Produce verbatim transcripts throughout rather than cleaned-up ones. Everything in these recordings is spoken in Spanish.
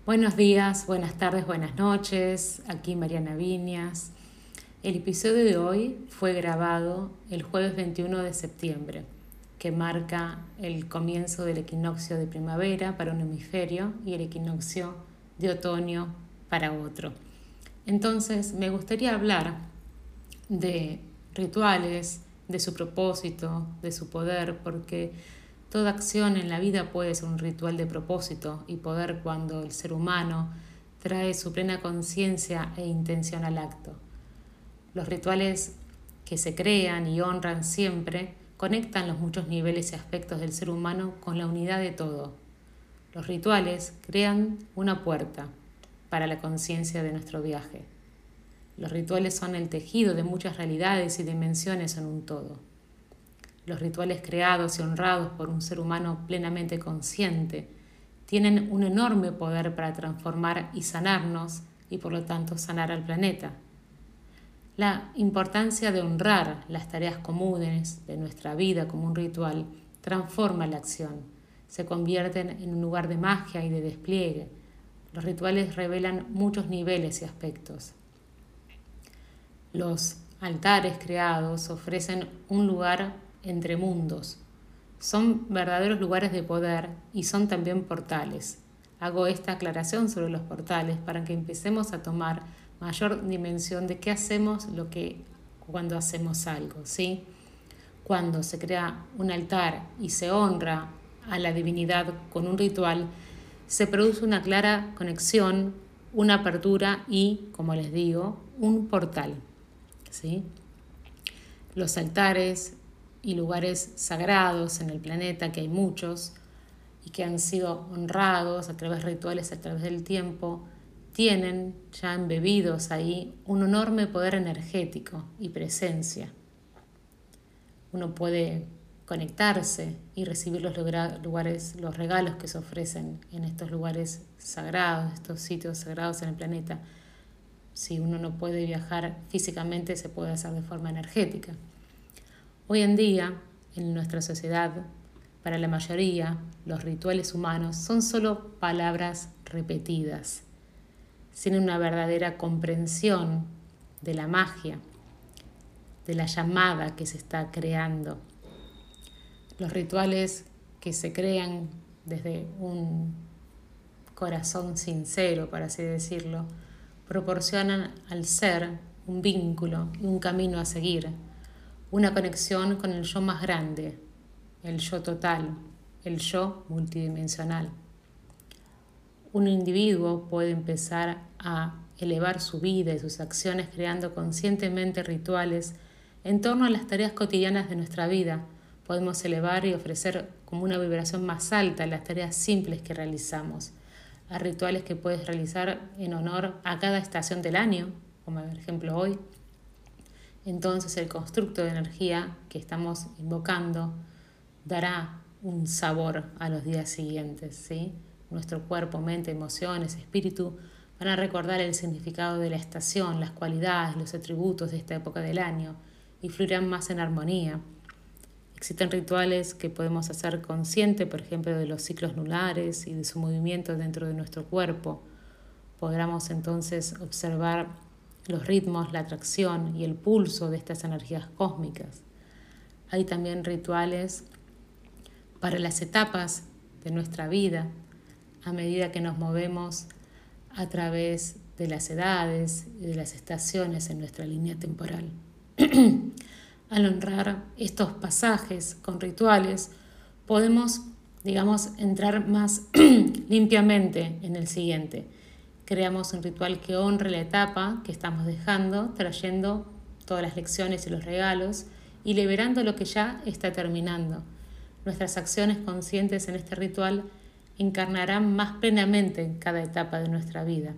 Buenos días, buenas tardes, buenas noches. Aquí Mariana Viñas. El episodio de hoy fue grabado el jueves veintiuno de septiembre, que marca el comienzo del equinoccio de primavera para un hemisferio y el equinoccio de otoño para otro. Entonces, me gustaría hablar de rituales, de su propósito, de su poder, porque toda acción en la vida puede ser un ritual de propósito y poder cuando el ser humano trae su plena conciencia e intención al acto. Los rituales que se crean y honran siempre conectan los muchos niveles y aspectos del ser humano con la unidad de todo. Los rituales crean una puerta para la conciencia de nuestro viaje. Los rituales son el tejido de muchas realidades y dimensiones en un todo. Los rituales creados y honrados por un ser humano plenamente consciente tienen un enorme poder para transformar y sanarnos y por lo tanto sanar al planeta. La importancia de honrar las tareas comunes de nuestra vida como un ritual transforma la acción, se convierten en un lugar de magia y de despliegue. Los rituales revelan muchos niveles y aspectos. Los altares creados ofrecen un lugar entre mundos. Son verdaderos lugares de poder y son también portales. Hago esta aclaración sobre los portales para que empecemos a tomar mayor dimensión de qué hacemos lo que, cuando hacemos algo, ¿sí? Cuando se crea un altar y se honra a la divinidad con un ritual, se produce una clara conexión, una apertura y, como les digo, un portal, ¿sí? Los altares y lugares sagrados en el planeta, que hay muchos y que han sido honrados a través de rituales a través del tiempo, tienen ya embebidos ahí un enorme poder energético y presencia. Uno puede conectarse y recibir los lugares, los regalos que se ofrecen en estos lugares sagrados, estos sitios sagrados en el planeta. Si uno no puede viajar físicamente, se puede hacer de forma energética. Hoy en día, en nuestra sociedad, para la mayoría, los rituales humanos son solo palabras repetidas, sin una verdadera comprensión de la magia, de la llamada que se está creando. Los rituales que se crean desde un corazón sincero, por así decirlo, proporcionan al ser un vínculo y un camino a seguir, una conexión con el yo más grande, el yo total, el yo multidimensional. Un individuo puede empezar a elevar su vida y sus acciones creando conscientemente rituales en torno a las tareas cotidianas de nuestra vida. Podemos elevar y ofrecer como una vibración más alta las tareas simples que realizamos, a rituales que puedes realizar en honor a cada estación del año, como por ejemplo hoy. Entonces el constructo de energía que estamos invocando dará un sabor a los días siguientes, ¿sí? Nuestro cuerpo, mente, emociones, espíritu van a recordar el significado de la estación, las cualidades, los atributos de esta época del año y fluirán más en armonía. Existen rituales que podemos hacer consciente, por ejemplo, de los ciclos lunares y de su movimiento dentro de nuestro cuerpo. Podremos entonces observar los ritmos, la atracción y el pulso de estas energías cósmicas. Hay también rituales para las etapas de nuestra vida, a medida que nos movemos a través de las edades y de las estaciones en nuestra línea temporal. Al honrar estos pasajes con rituales, podemos, digamos, entrar más limpiamente en el siguiente. Creamos un ritual que honre la etapa que estamos dejando, trayendo todas las lecciones y los regalos y liberando lo que ya está terminando. Nuestras acciones conscientes en este ritual encarnarán más plenamente en cada etapa de nuestra vida.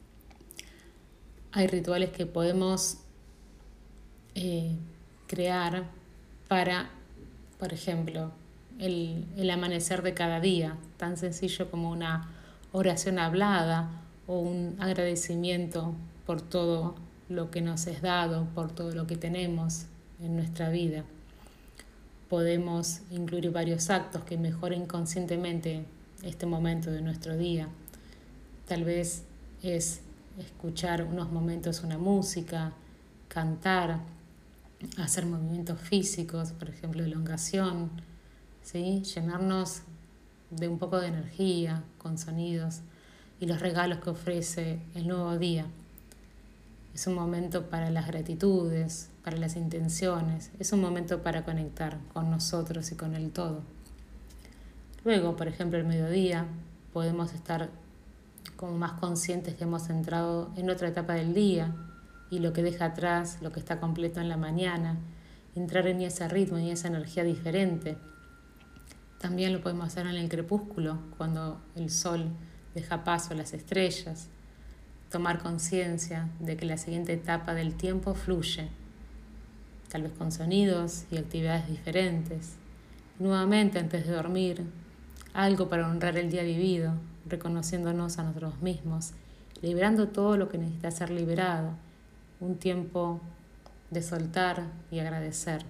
Hay rituales que podemos eh, crear para, por ejemplo, el, el amanecer de cada día, tan sencillo como una oración hablada o un agradecimiento por todo lo que nos es dado, por todo lo que tenemos en nuestra vida. Podemos incluir varios actos que mejoren conscientemente este momento de nuestro día. Tal vez es escuchar unos momentos una música, cantar, hacer movimientos físicos, por ejemplo, elongación, ¿sí? Llenarnos de un poco de energía con sonidos y los regalos que ofrece el nuevo día. Es un momento para las gratitudes, para las intenciones, es un momento para conectar con nosotros y con el todo. Luego, por ejemplo, el mediodía, podemos estar como más conscientes que hemos entrado en otra etapa del día y lo que deja atrás, lo que está completo en la mañana, entrar en ese ritmo y esa energía diferente. También lo podemos hacer en el crepúsculo, cuando el sol deja paso a las estrellas, tomar conciencia de que la siguiente etapa del tiempo fluye, tal vez con sonidos y actividades diferentes. Nuevamente, antes de dormir, algo para honrar el día vivido, reconociéndonos a nosotros mismos, liberando todo lo que necesita ser liberado, un tiempo de soltar y agradecer.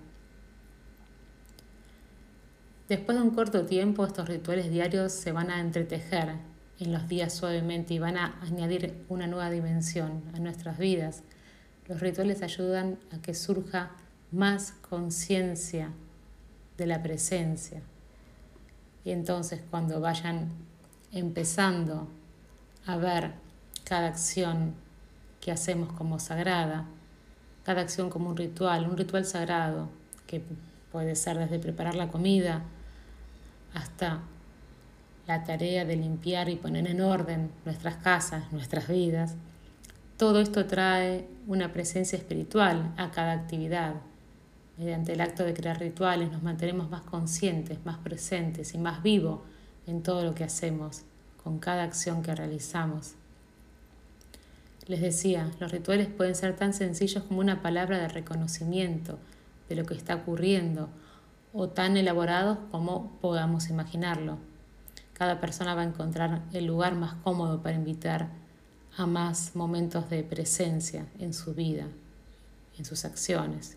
Después de un corto tiempo, estos rituales diarios se van a entretejer en los días suavemente y van a añadir una nueva dimensión a nuestras vidas. Los rituales ayudan a que surja más conciencia de la presencia. Y entonces, cuando vayan empezando a ver cada acción que hacemos como sagrada, cada acción como un ritual, un ritual sagrado, que puede ser desde preparar la comida hasta la tarea de limpiar y poner en orden nuestras casas, nuestras vidas. Todo esto trae una presencia espiritual a cada actividad. Mediante el acto de crear rituales nos mantenemos más conscientes, más presentes y más vivos en todo lo que hacemos, con cada acción que realizamos. Les decía, los rituales pueden ser tan sencillos como una palabra de reconocimiento de lo que está ocurriendo, o tan elaborados como podamos imaginarlo. Cada persona va a encontrar el lugar más cómodo para invitar a más momentos de presencia en su vida, en sus acciones.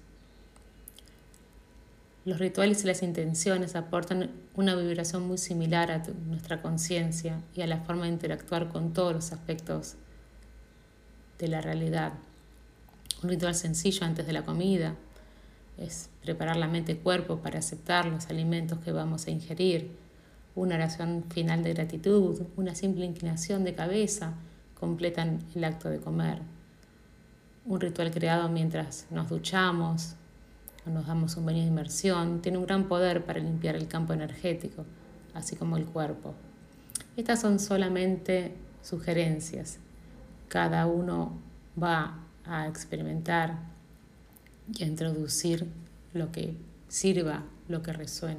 Los rituales y las intenciones aportan una vibración muy similar a tu, nuestra conciencia y a la forma de interactuar con todos los aspectos de la realidad. Un ritual sencillo antes de la comida es preparar la mente y cuerpo para aceptar los alimentos que vamos a ingerir. Una oración final de gratitud, una simple inclinación de cabeza completan el acto de comer. Un ritual creado mientras nos duchamos o nos damos un baño de inmersión tiene un gran poder para limpiar el campo energético, así como el cuerpo. Estas son solamente sugerencias. Cada uno va a experimentar y a introducir lo que sirva, lo que resuene.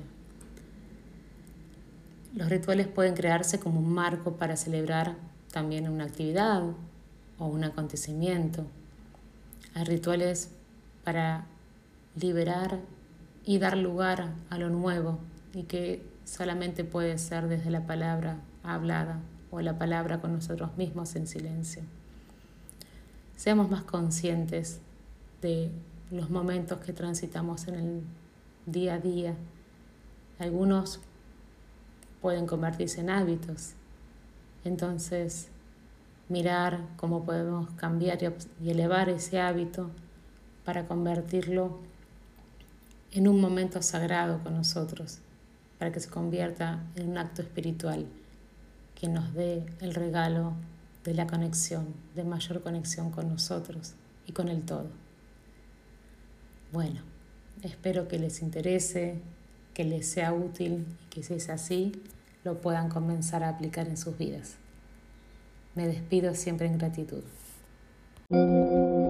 Los rituales pueden crearse como un marco para celebrar también una actividad o un acontecimiento. Hay rituales para liberar y dar lugar a lo nuevo y que solamente puede ser desde la palabra hablada o la palabra con nosotros mismos en silencio. Seamos más conscientes de los momentos que transitamos en el día a día. Algunos pueden convertirse en hábitos. Entonces, mirar cómo podemos cambiar y elevar ese hábito para convertirlo en un momento sagrado con nosotros, para que se convierta en un acto espiritual que nos dé el regalo de la conexión, de mayor conexión con nosotros y con el todo. Bueno, espero que les interese, que les sea útil y que si es así, lo puedan comenzar a aplicar en sus vidas. Me despido siempre en gratitud.